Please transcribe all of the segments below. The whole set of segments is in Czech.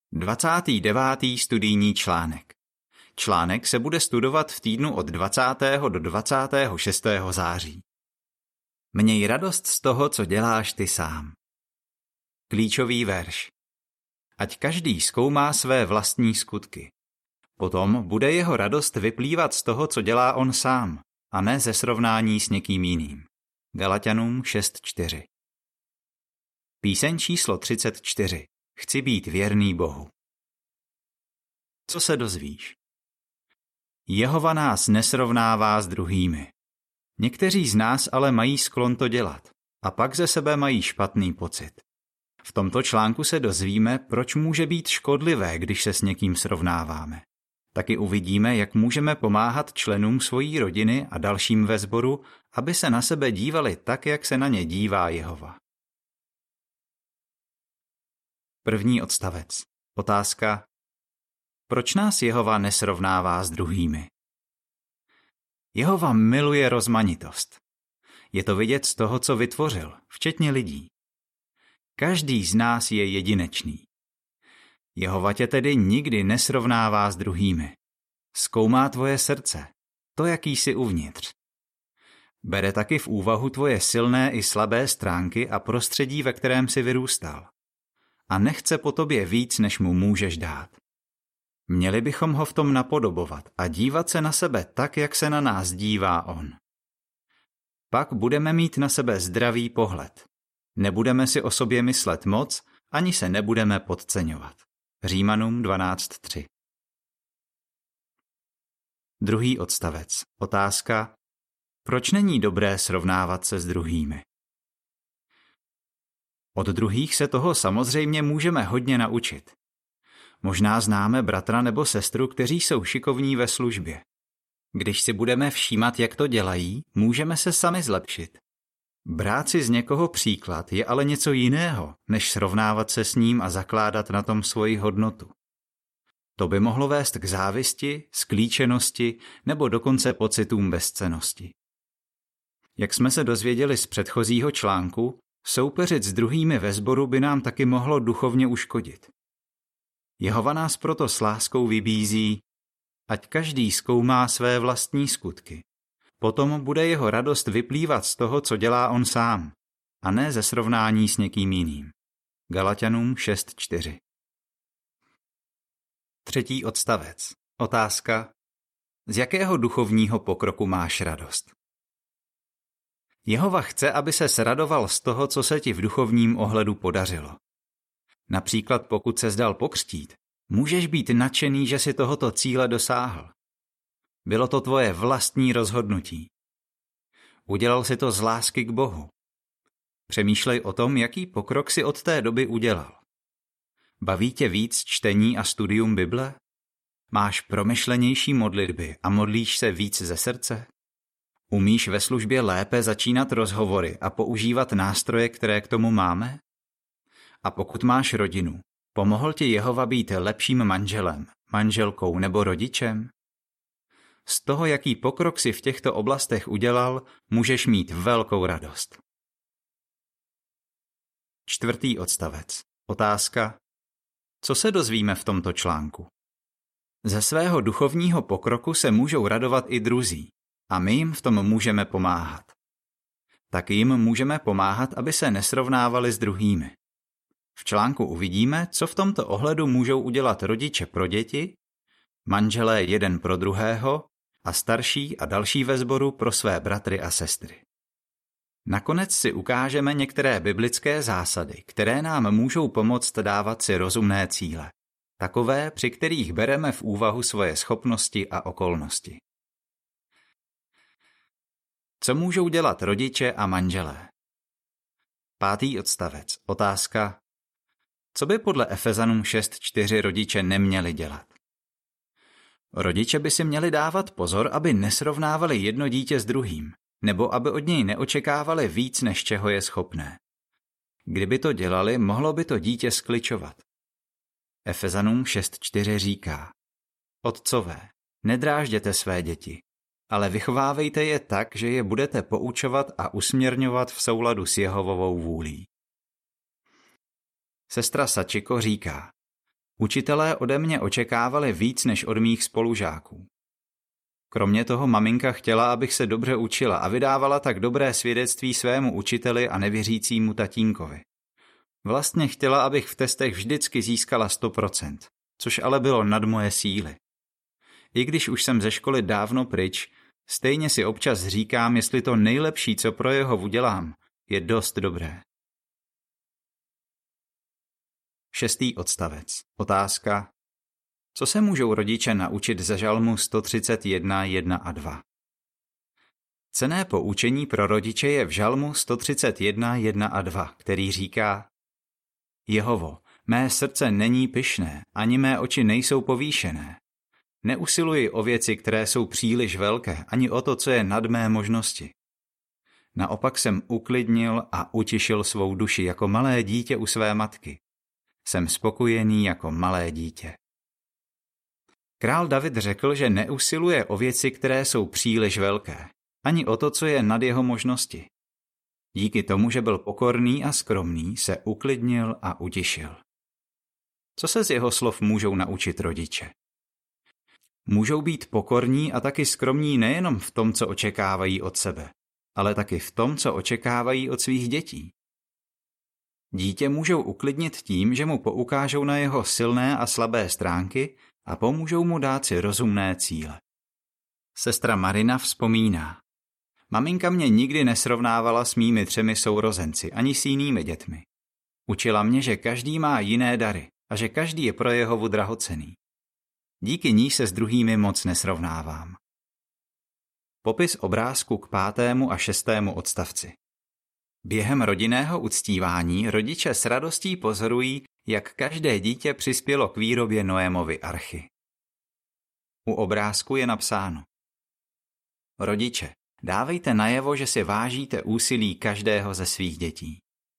29. studijní článek. Článek se bude studovat v týdnu od 20. do 26. září. Měj radost z toho, co děláš ty sám. Klíčový verš. Ať každý zkoumá své vlastní skutky. Potom bude jeho radost vyplývat z toho, co dělá on sám, a ne ze srovnání s někým jiným. Galaťanům 6.4. Píseň číslo 34. Chci být věrný Bohu. Co se dozvíš? Jehova nás nesrovnává s druhými. Někteří z nás ale mají sklon to dělat a pak ze sebe mají špatný pocit. V tomto článku se dozvíme, proč může být škodlivé, když se s někým srovnáváme. Taky uvidíme, jak můžeme pomáhat členům svojí rodiny a dalším ve sboru, aby se na sebe dívali tak, jak se na ně dívá Jehova. První odstavec. Otázka. Proč nás Jehova nesrovnává s druhými? Jehova miluje rozmanitost. Je to vidět z toho, co vytvořil, včetně lidí. Každý z nás je jedinečný. Jehova tě tedy nikdy nesrovnává s druhými. Zkoumá tvoje srdce, to, jaký jsi uvnitř. Bere taky v úvahu tvoje silné i slabé stránky a prostředí, ve kterém jsi vyrůstal. A nechce po tobě víc, než mu můžeš dát. Měli bychom ho v tom napodobovat a dívat se na sebe tak, jak se na nás dívá on. Pak budeme mít na sebe zdravý pohled. Nebudeme si o sobě myslet moc, ani se nebudeme podceňovat. Římanům 12.3. Druhý odstavec. Otázka. Proč není dobré srovnávat se s druhými? Od druhých se toho samozřejmě můžeme hodně naučit. Možná známe bratra nebo sestru, kteří jsou šikovní ve službě. Když si budeme všímat, jak to dělají, můžeme se sami zlepšit. Brát si z někoho příklad je ale něco jiného, než srovnávat se s ním a zakládat na tom svoji hodnotu. To by mohlo vést k závisti, sklíčenosti nebo dokonce pocitům bezcennosti. Jak jsme se dozvěděli z předchozího článku, soupeřit s druhými ve sboru by nám taky mohlo duchovně uškodit. Jehova nás proto s láskou vybízí, ať každý zkoumá své vlastní skutky. Potom bude jeho radost vyplývat z toho, co dělá on sám, a ne ze srovnání s někým jiným. Galaťanům 6.4. Třetí odstavec. Otázka. Z jakého duchovního pokroku máš radost? Jehova chce, aby ses radoval z toho, co se ti v duchovním ohledu podařilo. Například pokud ses dal pokřtít, můžeš být nadšený, že si tohoto cíle dosáhl. Bylo to tvoje vlastní rozhodnutí. Udělal si to z lásky k Bohu. Přemýšlej o tom, jaký pokrok si od té doby udělal. Baví tě víc čtení a studium Bible? Máš promyšlenější modlitby a modlíš se víc ze srdce? Umíš ve službě lépe začínat rozhovory a používat nástroje, které k tomu máme? A pokud máš rodinu, pomohl ti Jehova být lepším manželem, manželkou nebo rodičem? Z toho, jaký pokrok si v těchto oblastech udělal, můžeš mít velkou radost. Čtvrtý odstavec. Otázka. Co se dozvíme v tomto článku? Ze svého duchovního pokroku se můžou radovat i druzí a my jim v tom můžeme pomáhat. Tak jim můžeme pomáhat, aby se nesrovnávali s druhými. V článku uvidíme, co v tomto ohledu můžou udělat rodiče pro děti, manželé jeden pro druhého a starší a další ve sboru pro své bratry a sestry. Nakonec si ukážeme některé biblické zásady, které nám můžou pomoct dávat si rozumné cíle, takové, při kterých bereme v úvahu svoje schopnosti a okolnosti. Co můžou dělat rodiče a manželé? 5. odstavec. Otázka. Co by podle Efezanům 6.4 rodiče neměli dělat? Rodiče by si měli dávat pozor, aby nesrovnávali jedno dítě s druhým, nebo aby od něj neočekávali víc, než čeho je schopné. Kdyby to dělali, mohlo by to dítě skličovat. Efezanům 6.4 říká: Otcové, nedrážděte své děti, ale vychovávejte je tak, že je budete poučovat a usměrňovat v souladu s Jehovovou vůlí. Sestra Sachiko říká: Učitelé ode mě očekávali víc než od mých spolužáků. Kromě toho maminka chtěla, abych se dobře učila a vydávala tak dobré svědectví svému učiteli a nevěřícímu tatínkovi. Vlastně chtěla, abych v testech vždycky získala 100%, což ale bylo nad moje síly. I když už jsem ze školy dávno pryč, stejně si občas říkám, jestli to nejlepší, co pro Jehovu dělám, je dost dobré. 6. odstavec. Otázka. Co se můžou rodiče naučit ze žalmu 131, 1 a 2? Cenné poučení pro rodiče je v žalmu 131, 1 a 2, který říká: Jehovo, mé srdce není pyšné, ani mé oči nejsou povýšené. Neusiluji o věci, které jsou příliš velké, ani o to, co je nad mé možnosti. Naopak jsem uklidnil a utišil svou duši jako malé dítě u své matky. Jsem spokojený jako malé dítě. Král David řekl, že neusiluje o věci, které jsou příliš velké, ani o to, co je nad jeho možnosti. Díky tomu, že byl pokorný a skromný, se uklidnil a utišil. Co se z jeho slov můžou naučit rodiče? Můžou být pokorní a taky skromní nejenom v tom, co očekávají od sebe, ale taky v tom, co očekávají od svých dětí. Dítě můžou uklidnit tím, že mu poukážou na jeho silné a slabé stránky a pomůžou mu dát si rozumné cíle. Sestra Marina vzpomíná: Maminka mě nikdy nesrovnávala s mými 3 sourozenci ani s jinými dětmi. Učila mě, že každý má jiné dary a že každý je pro Jehovu drahocenný. Díky ní se s druhými moc nesrovnávám. Popis obrázku k 5. a 6. odstavci. Během rodinného uctívání rodiče s radostí pozorují, jak každé dítě přispělo k výrobě Noémovy archy. U obrázku je napsáno: Rodiče, dávejte najevo, že si vážíte úsilí každého ze svých dětí.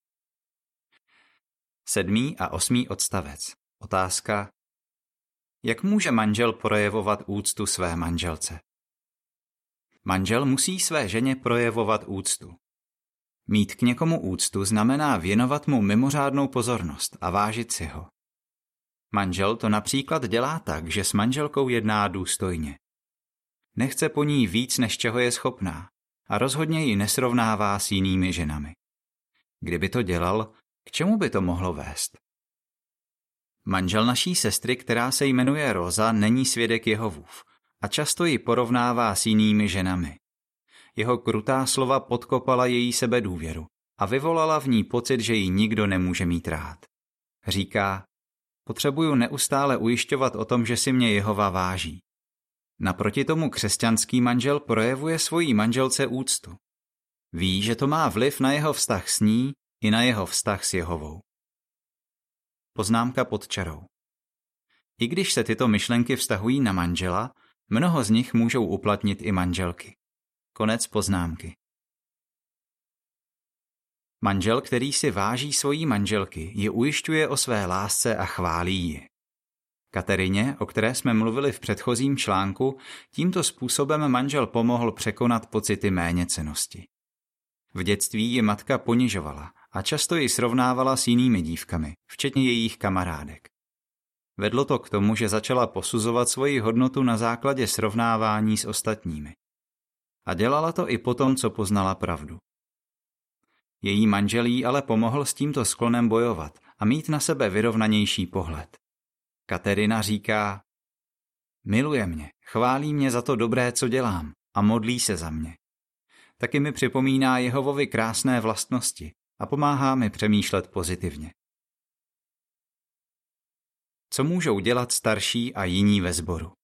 7. a 8. odstavec. Otázka. Jak může manžel projevovat úctu své manželce? Manžel musí své ženě projevovat úctu. Mít k někomu úctu znamená věnovat mu mimořádnou pozornost a vážit si ho. Manžel to například dělá tak, že s manželkou jedná důstojně. Nechce po ní víc, než čeho je schopná, a rozhodně ji nesrovnává s jinými ženami. Kdyby to dělal, k čemu by to mohlo vést? Manžel naší sestry, která se jmenuje Roza, není svědek Jehovův a často ji porovnává s jinými ženami. Jeho krutá slova podkopala její sebedůvěru a vyvolala v ní pocit, že ji nikdo nemůže mít rád. Říká: Potřebuju neustále ujišťovat o tom, že si mě Jehova váží. Naproti tomu křesťanský manžel projevuje svojí manželce úctu. Ví, že to má vliv na jeho vztah s ní i na jeho vztah s Jehovou. Poznámka pod čarou. I když se tyto myšlenky vztahují na manžela, mnoho z nich můžou uplatnit i manželky. Konec poznámky. Manžel, který si váží svojí manželky, ji ujišťuje o své lásce a chválí ji. Katerině, o které jsme mluvili v předchozím článku, tímto způsobem manžel pomohl překonat pocity méněcennosti. V dětství ji matka ponižovala a často ji srovnávala s jinými dívkami, včetně jejich kamarádek. Vedlo to k tomu, že začala posuzovat svoji hodnotu na základě srovnávání s ostatními. A dělala to i potom, co poznala pravdu. Její manžel jí ale pomohl s tímto sklonem bojovat a mít na sebe vyrovnanější pohled. Katerina říká: Miluje mě, chválí mě za to dobré, co dělám, a modlí se za mě. Taky mi připomíná Jehovovi krásné vlastnosti a pomáhá mi přemýšlet pozitivně. Co můžou dělat starší a jiní ve sboru?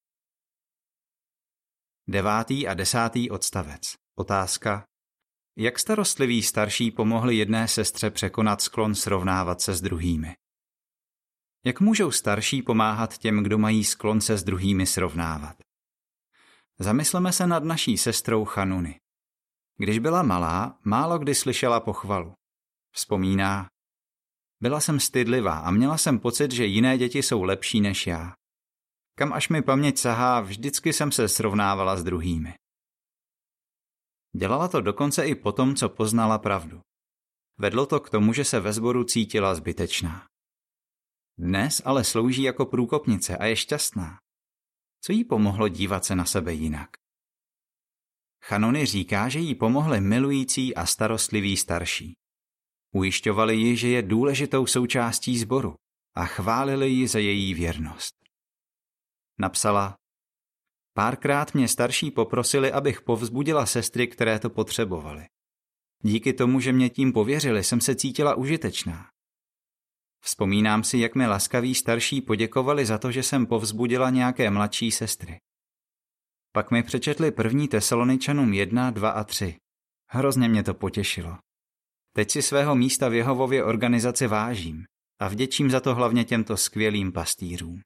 9. a 10. odstavec. Otázka. Jak starostliví starší pomohli jedné sestře překonat sklon srovnávat se s druhými? Jak můžou starší pomáhat těm, kdo mají sklon se s druhými srovnávat? Zamysleme se nad naší sestrou Chanuny. Když byla malá, málo kdy slyšela pochvalu. Vzpomíná: Byla jsem stydlivá a měla jsem pocit, že jiné děti jsou lepší než já. Kam až mi paměť sahá, vždycky jsem se srovnávala s druhými. Dělala to dokonce i potom, co poznala pravdu. Vedlo to k tomu, že se ve sboru cítila zbytečná. Dnes ale slouží jako průkopnice a je šťastná. Co jí pomohlo dívat se na sebe jinak? Chanony říká, že jí pomohli milující a starostliví starší. Ujišťovali ji, že je důležitou součástí sboru a chválili ji za její věrnost. Napsala: Párkrát mě starší poprosili, abych povzbudila sestry, které to potřebovaly. Díky tomu, že mě tím pověřili, jsem se cítila užitečná. Vzpomínám si, jak mi laskaví starší poděkovali za to, že jsem povzbudila nějaké mladší sestry. Pak mi přečetli 1. Tesaloničanům 1, 2 a 3. Hrozně mě to potěšilo. Teď si svého místa v Jehovově organizaci vážím a vděčím za to hlavně těmto skvělým pastýřům.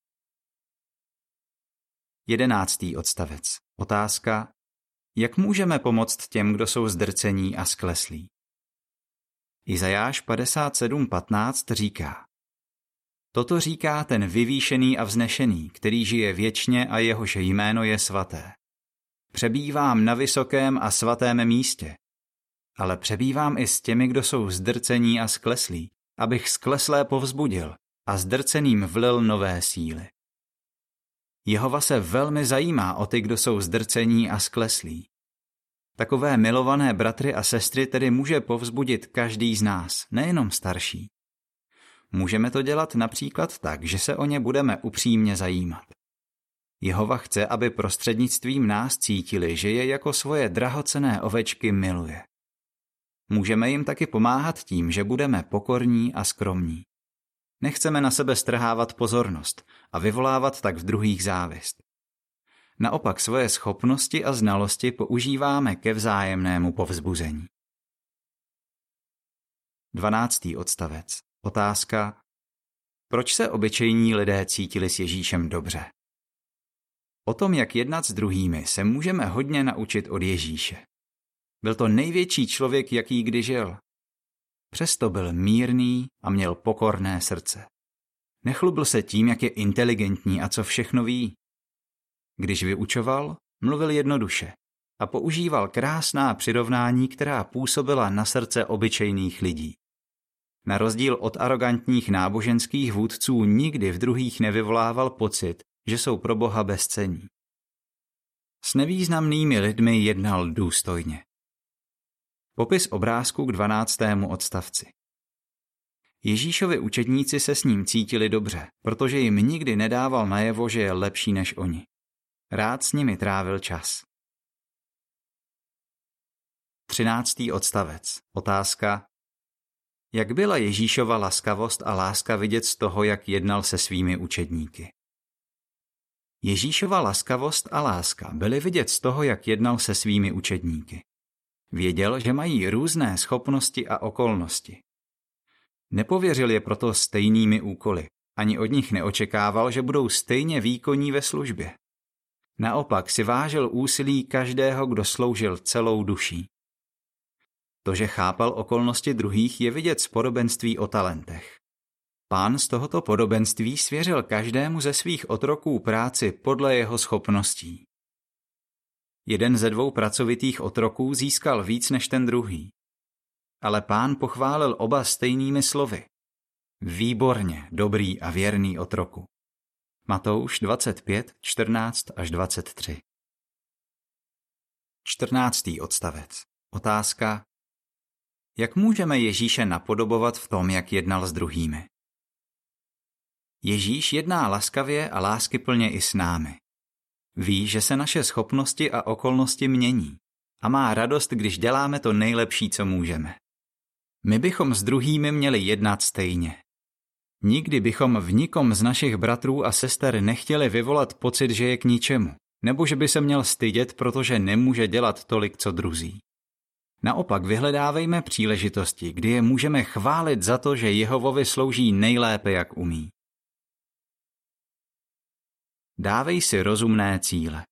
11. odstavec. Otázka: jak můžeme pomoct těm, kdo jsou zdrcení a skleslí? Izajáš 57.15 říká: Toto říká ten vyvýšený a vznešený, který žije věčně a jehož jméno je svaté. Přebývám na vysokém a svatém místě, ale přebývám i s těmi, kdo jsou zdrcení a skleslí, abych skleslé povzbudil a zdrceným vlil nové síly. Jehova se velmi zajímá o ty, kdo jsou zdrcení a skleslí. Takové milované bratry a sestry tedy může povzbudit každý z nás, nejenom starší. Můžeme to dělat například tak, že se o ně budeme upřímně zajímat. Jehova chce, aby prostřednictvím nás cítili, že je jako svoje drahocenné ovečky miluje. Můžeme jim taky pomáhat tím, že budeme pokorní a skromní. Nechceme na sebe strhávat pozornost a vyvolávat tak v druhých závist. Naopak svoje schopnosti a znalosti používáme ke vzájemnému povzbuzení. 12. odstavec. Otázka: proč se obyčejní lidé cítili s Ježíšem dobře? O tom, jak jednat s druhými, se můžeme hodně naučit od Ježíše. Byl to největší člověk, jaký kdy žil. Přesto byl mírný a měl pokorné srdce. Nechlubil se tím, jak je inteligentní a co všechno ví. Když vyučoval, mluvil jednoduše a používal krásná přirovnání, která působila na srdce obyčejných lidí. Na rozdíl od arogantních náboženských vůdců nikdy v druhých nevyvolával pocit, že jsou pro Boha bezcenní. S nevýznamnými lidmi jednal důstojně. Popis obrázku k 12. odstavci. Ježíšovi učedníci se s ním cítili dobře, protože jim nikdy nedával najevo, že je lepší než oni. Rád s nimi trávil čas. 13. odstavec. Otázka: jak byla Ježíšova laskavost a láska vidět z toho, jak jednal se svými učedníky? Ježíšova laskavost a láska byly vidět z toho, jak jednal se svými učedníky. Věděl, že mají různé schopnosti a okolnosti. Nepověřil je proto stejnými úkoly, ani od nich neočekával, že budou stejně výkonní ve službě. Naopak si vážil úsilí každého, kdo sloužil celou duší. To, že chápal okolnosti druhých, je vidět z podobenství o talentech. Pán z tohoto podobenství svěřil každému ze svých otroků práci podle jeho schopností. Jeden ze 2 pracovitých otroků získal víc než ten druhý. Ale Pán pochválil oba stejnými slovy. Výborně, dobrý a věrný otroku. Matouš 25, 14 až 23. 14. odstavec. Otázka: jak můžeme Ježíše napodobovat v tom, jak jednal s druhými? Ježíš jedná laskavě a láskyplně i s námi. Ví, že se naše schopnosti a okolnosti mění a má radost, když děláme to nejlepší, co můžeme. My bychom s druhými měli jednat stejně. Nikdy bychom v nikom z našich bratrů a sester nechtěli vyvolat pocit, že je k ničemu, nebo že by se měl stydět, protože nemůže dělat tolik, co druzí. Naopak vyhledávejme příležitosti, kdy je můžeme chválit za to, že Jehovovi slouží nejlépe, jak umí. Dávej si rozumné cíle.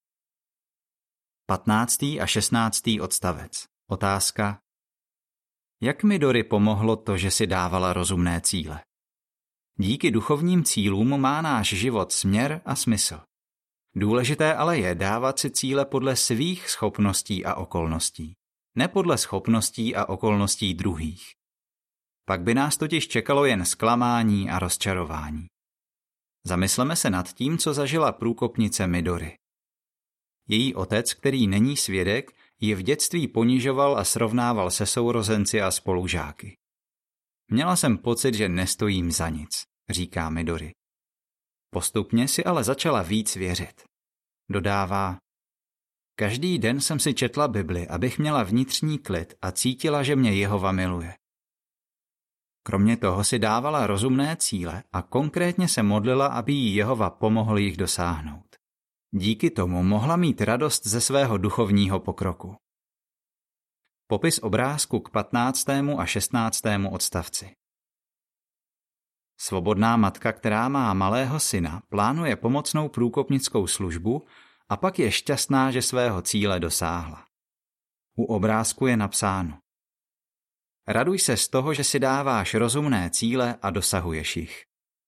15. a 16. odstavec. Otázka: jak mi Dory pomohlo to, že si dávala rozumné cíle? Díky duchovním cílům má náš život směr a smysl. Důležité ale je dávat si cíle podle svých schopností a okolností, ne podle schopností a okolností druhých. Pak by nás totiž čekalo jen zklamání a rozčarování. Zamysleme se nad tím, co zažila průkopnice Midory. Její otec, který není svědek, ji v dětství ponižoval a srovnával se sourozenci a spolužáky. Měla jsem pocit, že nestojím za nic, říká Midory. Postupně si ale začala víc věřit. Dodává: každý den jsem si četla Bibli, abych měla vnitřní klid a cítila, že mě Jehova miluje. Kromě toho si dávala rozumné cíle a konkrétně se modlila, aby jí Jehova pomohl jich dosáhnout. Díky tomu mohla mít radost ze svého duchovního pokroku. Popis obrázku k 15. a 16. odstavci. Svobodná matka, která má malého syna, plánuje pomocnou průkopnickou službu a pak je šťastná, že svého cíle dosáhla. U obrázku je napsáno: raduj se z toho, že si dáváš rozumné cíle a dosahuješ jich.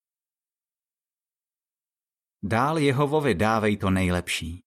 Dál Jehovovi dávej to nejlepší.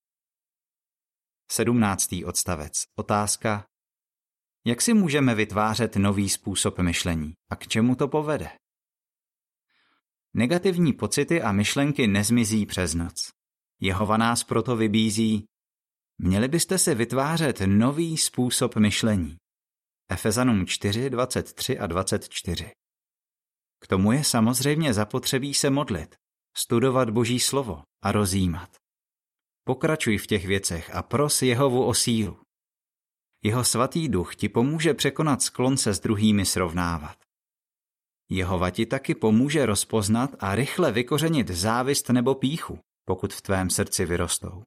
17. odstavec. Otázka: jak si můžeme vytvářet nový způsob myšlení a k čemu to povede? Negativní pocity a myšlenky nezmizí přes noc. Jehova nás proto vybízí: měli byste si vytvářet nový způsob myšlení. Efezanům 4, 23 a 24. K tomu je samozřejmě zapotřebí se modlit, studovat Boží slovo a rozjímat. Pokračuj v těch věcech a pros Jehovu o sílu. Jeho svatý duch ti pomůže překonat sklon se s druhými srovnávat. Jehova ti taky pomůže rozpoznat a rychle vykořenit závist nebo pýchu, pokud v tvém srdci vyrostou.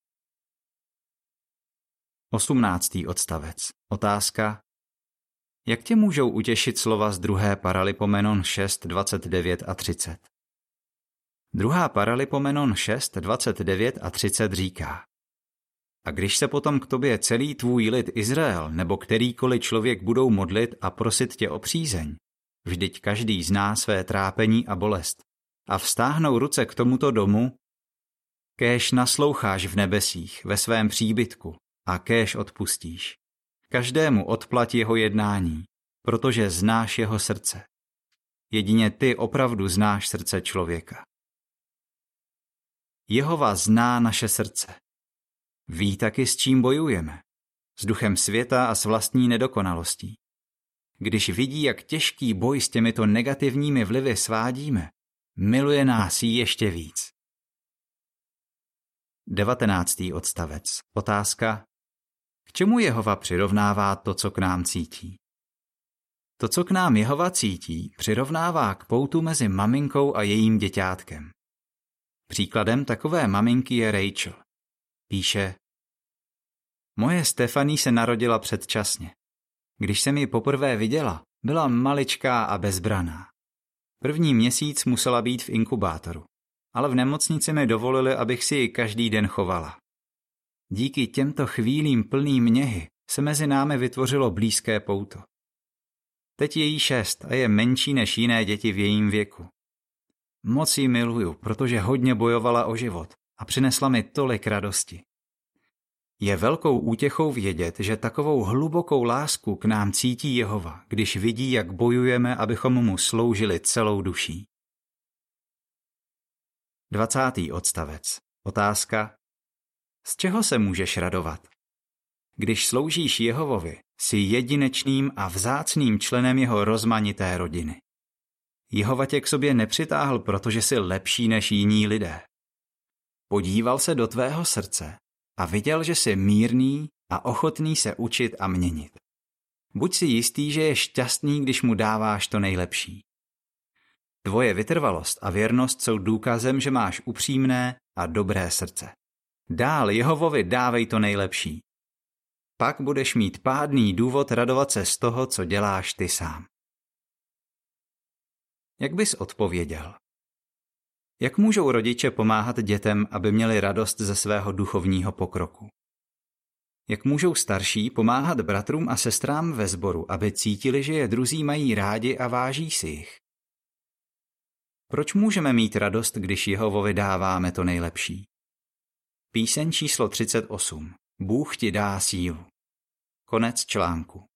18. odstavec. Otázka: jak tě můžou utěšit slova z 2. Paralipomenon 6, 29 a 30? 2. Paralipomenon 6, 29 a 30 říká: a když se potom k tobě celý tvůj lid Izrael nebo kterýkoliv člověk budou modlit a prosit tě o přízeň, vždyť každý zná své trápení a bolest, a vztáhnou ruce k tomuto domu, kéž nasloucháš v nebesích ve svém příbytku a kéž odpustíš. Každému odplať jeho jednání, protože znáš jeho srdce. Jedině ty opravdu znáš srdce člověka. Jehova zná naše srdce. Ví taky, s čím bojujeme. S duchem světa a s vlastní nedokonalostí. Když vidí, jak těžký boj s těmito negativními vlivy svádíme, miluje nás jí ještě víc. 19. odstavec. Otázka: k čemu Jehova přirovnává to, co k nám cítí? To, co k nám Jehova cítí, přirovnává k poutu mezi maminkou a jejím děťátkem. Příkladem takové maminky je Rachel. Píše: moje Stefanie se narodila předčasně. Když jsem ji poprvé viděla, byla maličká a bezbraná. První měsíc musela být v inkubátoru, ale v nemocnici mi dovolili, abych si ji každý den chovala. Díky těmto chvílím plným něhy se mezi námi vytvořilo blízké pouto. Teď je jí 6 a je menší než jiné děti v jejím věku. Moc ji miluju, protože hodně bojovala o život a přinesla mi tolik radosti. Je velkou útěchou vědět, že takovou hlubokou lásku k nám cítí Jehova, když vidí, jak bojujeme, abychom mu sloužili celou duší. 20. odstavec. Otázka: z čeho se můžeš radovat? Když sloužíš Jehovovi, jsi jedinečným a vzácným členem jeho rozmanité rodiny. Jehova tě k sobě nepřitáhl, protože jsi lepší než jiní lidé. Podíval se do tvého srdce a viděl, že jsi mírný a ochotný se učit a měnit. Buď si jistý, že je šťastný, když mu dáváš to nejlepší. Tvoje vytrvalost a věrnost jsou důkazem, že máš upřímné a dobré srdce. Dál Jehovovi dávej to nejlepší. Pak budeš mít pádný důvod radovat se z toho, co děláš ty sám. Jak bys odpověděl? Jak můžou rodiče pomáhat dětem, aby měli radost ze svého duchovního pokroku? Jak můžou starší pomáhat bratrům a sestrám ve sboru, aby cítili, že je druzí mají rádi a váží si jich? Proč můžeme mít radost, když Jehovovi dáváme to nejlepší? Píseň číslo 38. Bůh ti dá sílu. Konec článku.